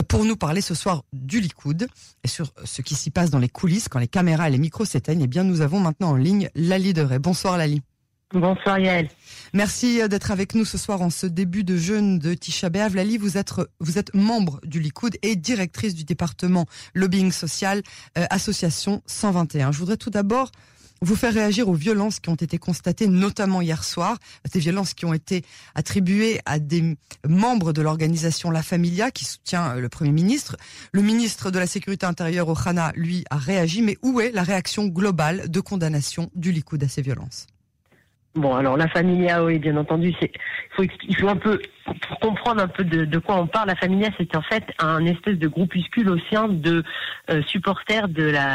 pour nous parler ce soir du Likoud et sur ce qui s'y passe dans les coulisses quand les caméras et les micros s'éteignent. Eh bien, nous avons maintenant en ligne Lali Deray. Bonsoir Lali. Bonsoir Yael. Merci d'être avec nous ce soir en ce début de jeûne de Tisha B'Av. Lali, vous êtes membre du Likoud et directrice du département lobbying social, association 121. Je voudrais tout d'abord vous faire réagir aux violences qui ont été constatées, notamment hier soir. Ces violences qui ont été attribuées à des membres de l'organisation La Familia, qui soutient le Premier ministre. Le ministre de la Sécurité intérieure, Ohana, lui, a réagi. Mais où est la réaction globale de condamnation du Likoud à ces violences ? Bon, alors La Familia, oui, bien entendu, il faut un peu, pour comprendre un peu de quoi on parle. La Familia, c'est en fait un espèce de groupuscule au sein de supporters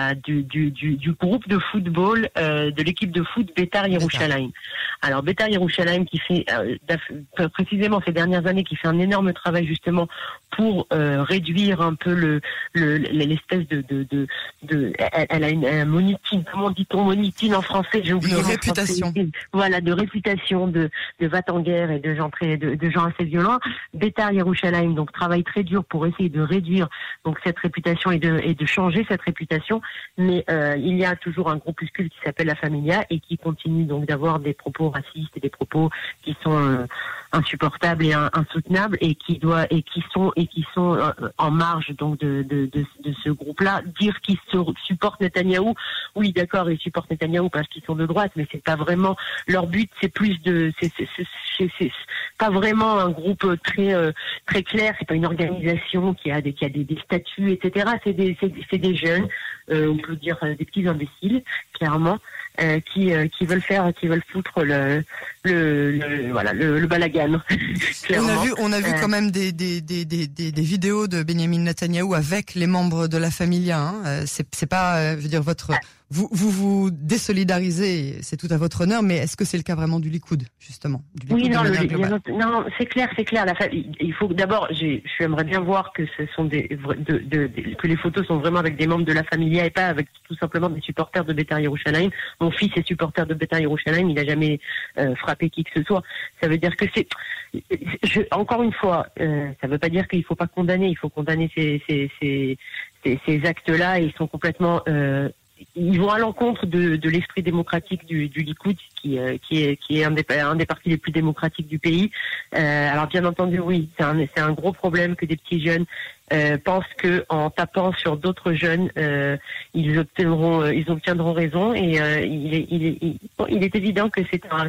du groupe de football de l'équipe de foot Beitar Yerushalayim. Alors Beitar Yerushalayim qui fait précisément ces dernières années qui fait un énorme travail justement pour réduire un peu l'espèce de elle a un monitine, comment dit-on monitine en français, j'ai oublié. Une réputation. Voilà, de réputation de va-t-en-guerre et de gens assez violents. Beitar Yerushalayim donc travaille très dur pour essayer de réduire donc cette réputation et de changer cette réputation, mais il y a toujours un groupuscule qui s'appelle La Familia et qui continue donc d'avoir des propos racistes et des propos qui sont insupportables et insoutenables et qui sont en marge donc de ce groupe-là. Dire qu'ils supportent Netanyahou, oui d'accord, ils supportent Netanyahou parce qu'ils sont de droite, mais c'est pas vraiment leur but. C'est plus c'est pas vraiment un groupe très clair. C'est pas une organisation qui a des statuts, etc. C'est des jeunes, on peut dire des petits imbéciles, clairement. Qui veulent foutre le balagan. On a vu quand même des vidéos de Benjamin Netanyahou avec les membres de La Familia. Hein. C'est pas, je veux dire, vous désolidarisez, c'est tout à votre honneur, mais est-ce que c'est le cas vraiment du Likoud, justement, du Likoud? Oui, non, c'est clair. Il faut d'abord, j'aimerais bien voir que ce sont que les photos sont vraiment avec des membres de La Familia et pas avec tout simplement des supporters de Beitar Yerushalayim. Mon fils est supporter de Beitar Yerushalayim, il n'a jamais frappé qui que ce soit. Ça veut dire que encore une fois, ça veut pas dire qu'il faut pas condamner. Il faut condamner ces actes-là. Ils sont complètement ils vont à l'encontre de l'esprit démocratique du Likoud, qui est un des partis les plus démocratiques du pays. Alors bien entendu, oui, c'est un gros problème que des petits jeunes pensent que en tapant sur d'autres jeunes, ils obtiendront raison. Et il est évident que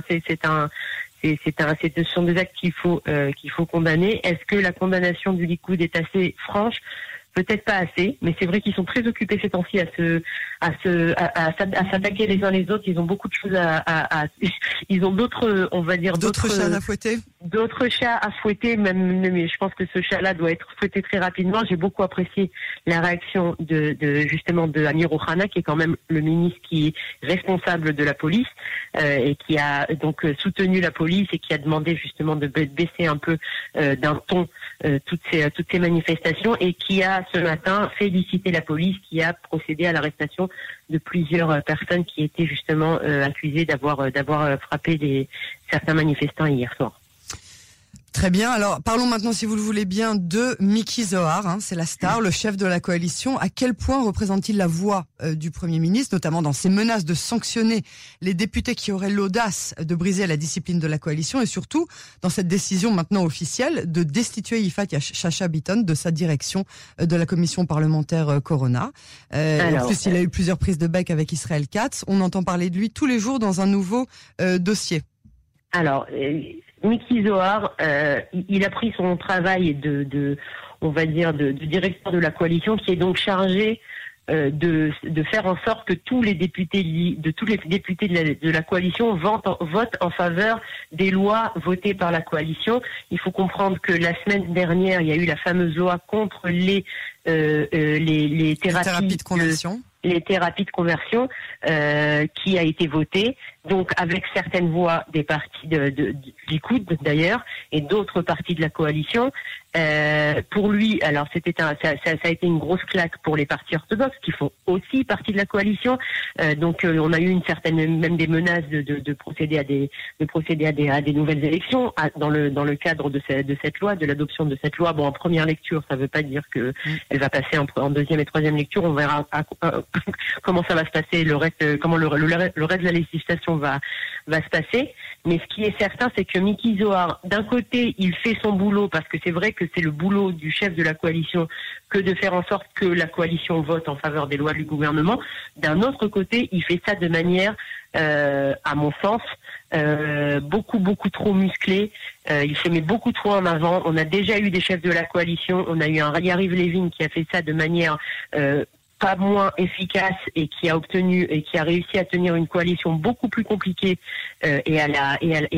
ce sont des actes qu'il faut condamner. Est-ce que la condamnation du Likoud est assez franche? Peut-être pas assez, mais c'est vrai qu'ils sont très occupés ces temps-ci à s'attaquer les uns les autres. Ils ont beaucoup de choses ils ont d'autres, on va dire d'autres chats à fouetter. D'autres chats à fouetter, mais je pense que ce chat-là doit être fouetté très rapidement. J'ai beaucoup apprécié la réaction justement de Amir Ohana, qui est quand même le ministre qui est responsable de la police et qui a donc soutenu la police et qui a demandé justement de baisser un peu d'un ton toutes ces manifestations, et qui a ce matin félicité la police qui a procédé à l'arrestation de plusieurs personnes qui étaient justement accusées d'avoir frappé certains manifestants hier soir. Très bien. Alors, parlons maintenant, si vous le voulez bien, de Miki Zohar. Hein, c'est la star, le chef de la coalition. À quel point représente-t-il la voix du Premier ministre, notamment dans ses menaces de sanctionner les députés qui auraient l'audace de briser la discipline de la coalition, et surtout dans cette décision maintenant officielle de destituer Yifat Chacha Biton de sa direction de la commission parlementaire Corona. En plus, il a eu plusieurs prises de bec avec Israël Katz. On entend parler de lui tous les jours dans un nouveau dossier. Alors, Miki Zohar, il a pris son travail on va dire, de directeur de la coalition, qui est donc chargé de faire en sorte que tous les députés de la coalition votent en faveur des lois votées par la coalition. Il faut comprendre que la semaine dernière, il y a eu la fameuse loi contre les thérapies de conversion. Les thérapies de conversion qui a été votée, donc avec certaines voix des partis du Likoud d'ailleurs, et d'autres partis de la coalition. Pour lui, alors ça a été une grosse claque pour les partis orthodoxes qui font aussi partie de la coalition. Donc on a eu une certaine, même des menaces de procéder à des nouvelles élections dans le cadre de cette loi, de l'adoption de cette loi. Bon, en première lecture, ça veut pas dire que elle va passer en deuxième et troisième lecture. On verra comment ça va se passer, comment le reste de la législation va se passer. Mais ce qui est certain, c'est que Miki Zohar, d'un côté, il fait son boulot parce que c'est vrai que c'est le boulot du chef de la coalition que de faire en sorte que la coalition vote en faveur des lois du gouvernement. D'un autre côté, il fait ça de manière, à mon sens, beaucoup trop musclée. Il se met beaucoup trop en avant. On a déjà eu des chefs de la coalition. On a eu un Yariv Levin qui a fait ça de manière pas moins efficace et qui a réussi à tenir une coalition beaucoup plus compliquée et à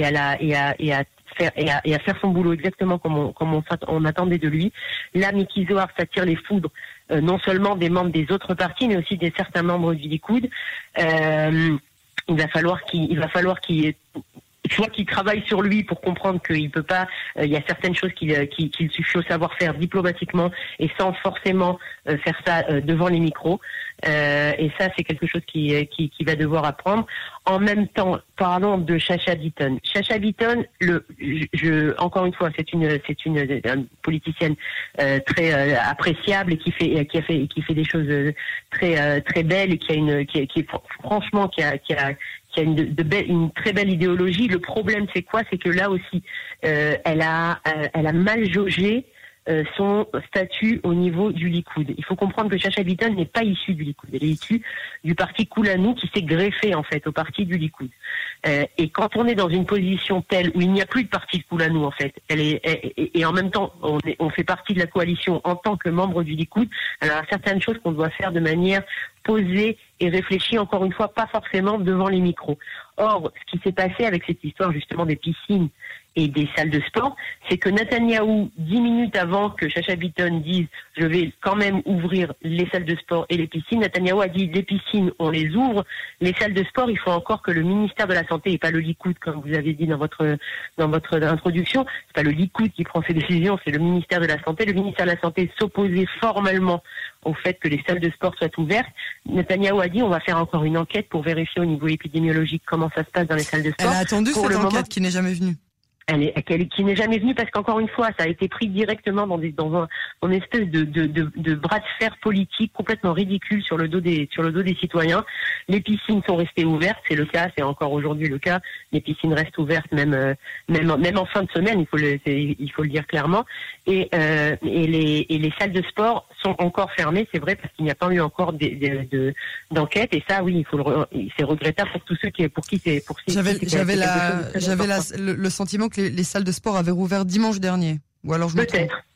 faire son boulot exactement comme on attendait de lui. Là, Miki Zohar s'attire les foudres non seulement des membres des autres partis, mais aussi des certains membres du Likoud. Il va falloir qu'il travaille sur lui pour comprendre qu'il peut pas. Il y a certaines choses qu'il suffit au savoir-faire diplomatiquement et sans forcément faire ça devant les micros. Et ça, c'est quelque chose qui va devoir apprendre. En même temps, parlons de Chacha Bitton. Chacha Bitton, encore une fois, c'est une politicienne très appréciable et qui fait des choses très belles et qui a une très belle idéologie. Le problème, c'est quoi? C'est que là aussi, elle a mal jaugé son statut au niveau du Likoud. Il faut comprendre que Chacha Bitton n'est pas issue du Likoud. Elle est issue du parti Kulanou qui s'est greffé en fait au parti du Likoud. Et quand on est dans une position telle où il n'y a plus de parti de Kulanou en fait, et en même temps on fait partie de la coalition en tant que membre du Likoud, alors il y a certaines choses qu'on doit faire de manière posée et réfléchie, encore une fois, pas forcément devant les micros. Or, ce qui s'est passé avec cette histoire justement des piscines et des salles de sport, c'est que Netanyahou, 10 minutes avant que Chacha Bitton dise « je vais quand même ouvrir les salles de sport et les piscines », Netanyahou a dit « les piscines, on les ouvre, les salles de sport, il faut encore que le ministère de la Santé, et pas le Likoud, comme vous avez dit dans votre introduction, c'est pas le Likoud qui prend ces décisions, c'est le ministère de la Santé. Le ministère de la Santé s'opposait formellement au fait que les salles de sport soient ouvertes. Netanyahou a dit on va faire encore une enquête pour vérifier au niveau épidémiologique comment ça se passe dans les salles de sport. Elle a attendu cette enquête qui n'est jamais venue. Qui n'est jamais venue parce qu'encore une fois, ça a été pris directement dans une espèce de bras de fer politique complètement ridicule sur le dos des citoyens. Les piscines sont restées ouvertes, c'est le cas, c'est encore aujourd'hui le cas. Les piscines restent ouvertes même en fin de semaine, il faut le dire clairement. Et les salles de sport sont encore fermées, c'est vrai, parce qu'il n'y a pas eu encore d'enquête. Et ça, oui, c'est regrettable pour tous ceux pour qui c'est. J'avais le sentiment que les salles de sport avaient rouvert dimanche dernier. Ou alors je me trompe. Peut-être.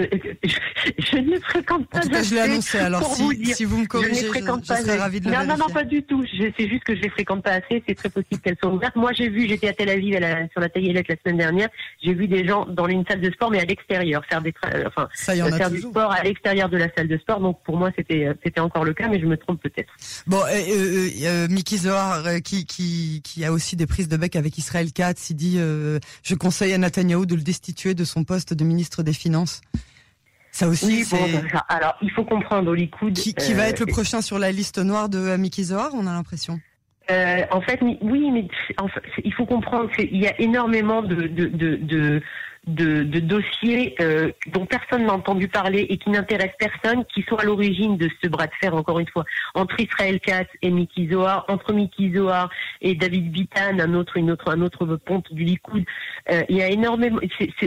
Je ne fréquente pas. En tout cas, je l'ai annoncé. Alors, si vous me corrigez, je serais ravie de le vérifier. Non, pas du tout. C'est juste que je les fréquente pas assez. C'est très possible qu'elles soient ouvertes. Moi, j'étais à Tel Aviv sur la Taïelette la semaine dernière. J'ai vu des gens dans une salle de sport, mais à l'extérieur, faire du sport à l'extérieur de la salle de sport. Donc, pour moi, c'était encore le cas, mais je me trompe peut-être. Bon, Miki Zohar, qui a aussi des prises de bec avec Israël Katz, il dit, je conseille à Netanyahou de le destituer de son poste de ministre des Finances. Ça aussi, oui, alors, il faut comprendre au Likoud. Qui va être le prochain sur la liste noire de Miki Zohar, on a l'impression. En fait, oui, mais il faut comprendre qu'il y a énormément de dossiers dont personne n'a entendu parler et qui n'intéressent personne, qui sont à l'origine de ce bras de fer, encore une fois, entre Israël Katz et Miki Zohar, entre Miki Zohar et David Bitan, un autre ponte du Likoud. Il y a énormément.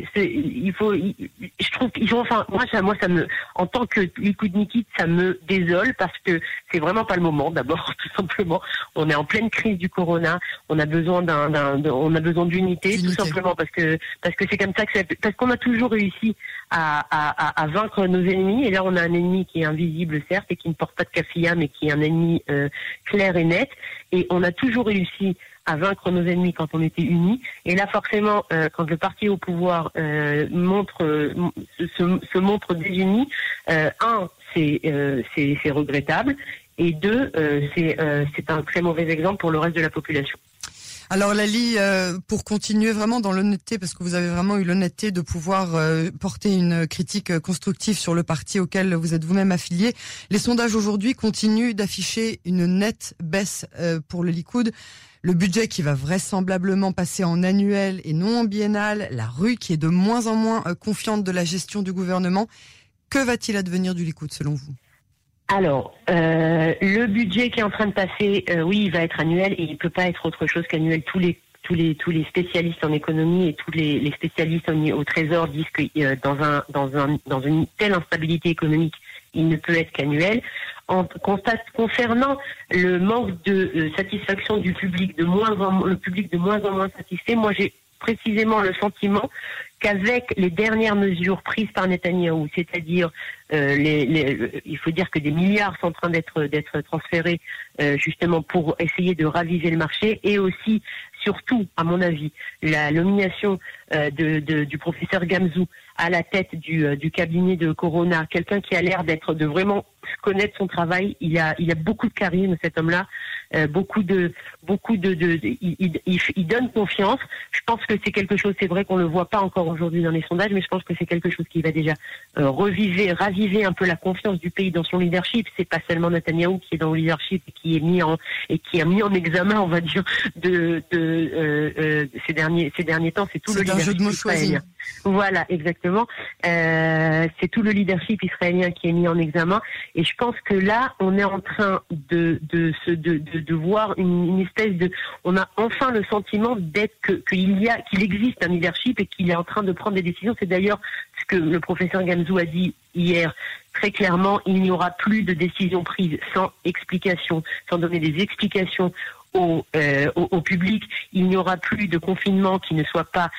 Je trouve qu'ils ont. Enfin, moi, ça me, en tant que Likoudnikite, ça me désole parce que c'est vraiment pas le moment. D'abord, tout simplement, on est en pleine crise du corona. On a besoin d'unité, tout simplement parce que c'est comme ça. Parce qu'on a toujours réussi à vaincre nos ennemis, et là on a un ennemi qui est invisible certes et qui ne porte pas de kafia, mais qui est un ennemi clair et net, et on a toujours réussi à vaincre nos ennemis quand on était unis, et là forcément quand le parti au pouvoir se montre désuni, c'est regrettable, et deux, c'est un très mauvais exemple pour le reste de la population. Alors Lali, pour continuer vraiment dans l'honnêteté, parce que vous avez vraiment eu l'honnêteté de pouvoir porter une critique constructive sur le parti auquel vous êtes vous-même affilié, les sondages aujourd'hui continuent d'afficher une nette baisse pour le Likoud. Le budget qui va vraisemblablement passer en annuel et non en biennal, la rue qui est de moins en moins confiante de la gestion du gouvernement. Que va-t-il advenir du Likoud selon vous ? Alors, le budget qui est en train de passer, oui, il va être annuel et il peut pas être autre chose qu'annuel. Tous les spécialistes en économie et tous les spécialistes au Trésor disent que dans une telle instabilité économique, il ne peut être qu'annuel. Concernant le manque de satisfaction du public, le public de moins en moins satisfait, moi j'ai précisément le sentiment qu'avec les dernières mesures prises par Netanyahou, c'est-à-dire il faut dire que des milliards sont en train d'être transférés justement pour essayer de raviver le marché, et aussi surtout, à mon avis, la nomination du professeur Gamzou à la tête du cabinet de Corona, quelqu'un qui a l'air de vraiment connaître son travail. Il a beaucoup de charisme, cet homme-là, il donne confiance. Je pense que c'est quelque chose, c'est vrai qu'on le voit pas encore aujourd'hui dans les sondages, mais je pense que c'est quelque chose qui va déjà raviver un peu la confiance du pays dans son leadership. C'est pas seulement Netanyahou qui est dans le leadership et qui a mis en examen, on va dire, ces derniers temps, c'est tout le leadership israélien. Voilà, exactement. C'est tout le leadership israélien qui est mis en examen, et je pense que là, on est en train de voir une espèce de, on a enfin le sentiment qu'il existe un leadership et qu'il est en train de prendre des décisions. C'est d'ailleurs ce que le professeur Gamzou a dit hier très clairement. Il n'y aura plus de décisions prises sans explication, sans donner des explications au public. Il n'y aura plus de confinement qui ne soit pas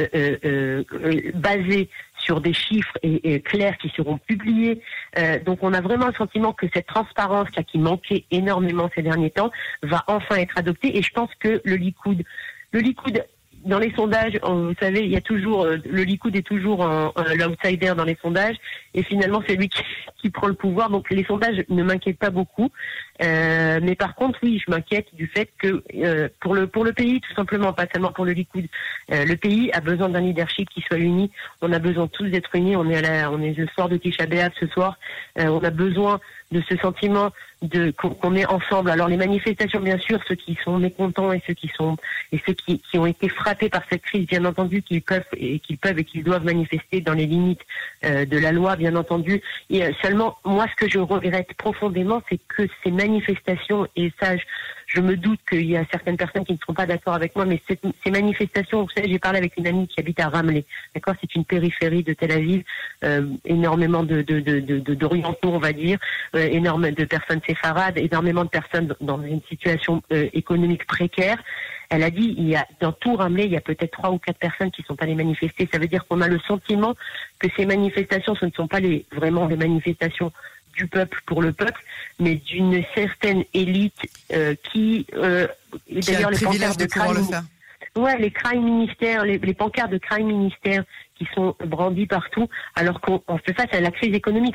basé sur des chiffres et clairs qui seront publiés. Donc on a vraiment le sentiment que cette transparence là qui manquait énormément ces derniers temps va enfin être adoptée, et je pense que le Likoud dans les sondages, vous savez, il y a toujours le Likoud est toujours l'outsider dans les sondages, et finalement c'est lui qui prend le pouvoir. Donc les sondages ne m'inquiètent pas beaucoup, mais par contre oui, je m'inquiète du fait que pour le pays, tout simplement, pas seulement pour le Likoud, le pays a besoin d'un leadership qui soit uni. On a besoin tous d'être unis. On est le soir de Tisha B'Av ce soir. On a besoin de ce sentiment qu'on est ensemble. Alors les manifestations, bien sûr, ceux qui sont mécontents et ceux qui ont été frappés par cette crise, bien entendu, qu'ils peuvent et qu'ils doivent manifester dans les limites de la loi, bien entendu. Et seulement, moi, ce que je regrette profondément, c'est que ces manifestations, et ça, je me doute qu'il y a certaines personnes qui ne seront pas d'accord avec moi, mais ces manifestations, vous savez, j'ai parlé avec une amie qui habite à Ramleh, d'accord, c'est une périphérie de Tel Aviv, énormément d'orientaux, on va dire, énormément de personnes séfarades, énormément de personnes dans une situation économique précaire. Elle a dit, dans tout Ramleh, il y a peut-être 3 ou 4 personnes qui sont allées manifester. Ça veut dire qu'on a le sentiment que ces manifestations, ce ne sont pas vraiment des manifestations du peuple pour le peuple, mais d'une certaine élite qui d'ailleurs, les pancartes de pouvoir le faire. Ouais, les crime ministères, les pancartes de crime ministère qui sont brandies partout, alors qu'on fait face à la crise économique.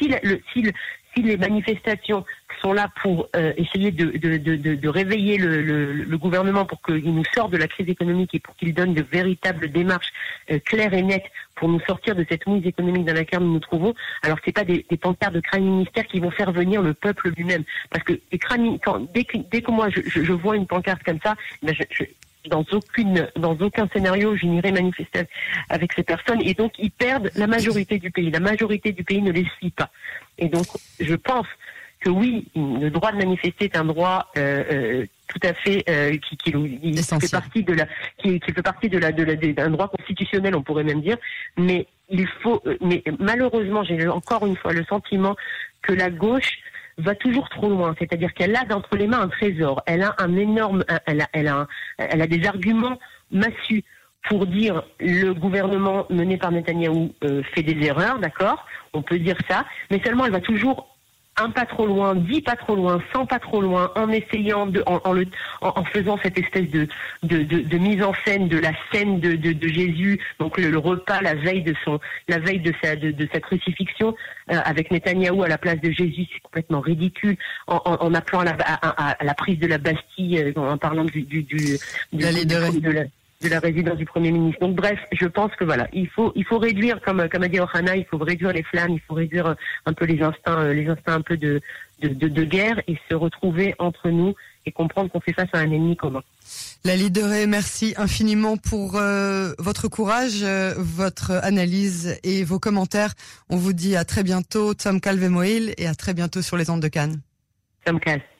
Si les manifestations sont là pour essayer de réveiller le gouvernement pour qu'il nous sorte de la crise économique et pour qu'il donne de véritables démarches claires et nettes pour nous sortir de cette mouise économique dans laquelle nous nous trouvons, alors c'est pas des pancartes de crime ministère qui vont faire venir le peuple lui-même. Parce que dès que moi je vois une pancarte comme ça, ben dans aucun scénario je n'irai manifester avec ces personnes, et donc ils perdent la majorité du pays. La majorité du pays ne les suit pas. Et donc je pense que oui, le droit de manifester est un droit tout à fait qui fait partie d'un droit constitutionnel, on pourrait même dire, mais mais malheureusement, j'ai encore une fois le sentiment que la gauche va toujours trop loin, c'est-à-dire qu'elle a entre les mains un trésor, elle a elle a des arguments massus pour dire le gouvernement mené par Netanyahou fait des erreurs, d'accord, on peut dire ça, mais seulement elle va toujours un pas trop loin, 10 pas trop loin, 100 pas trop loin, en essayant en faisant cette espèce de mise en scène de la scène de Jésus, donc le repas la veille de sa crucifixion, avec Netanyahou à la place de Jésus, c'est complètement ridicule, en appelant à la prise de la Bastille, en parlant de la résidence du Premier ministre. Donc bref, je pense que voilà, il faut réduire, comme a dit Ohana, il faut réduire les flammes, il faut réduire un peu les instincts un peu de guerre, et se retrouver entre nous et comprendre qu'on fait face à un ennemi commun. Lali Deré, merci infiniment pour votre courage, votre analyse et vos commentaires. On vous dit à très bientôt, Tom Calvemoil, et à très bientôt sur les ondes de Cannes. Tom Cal.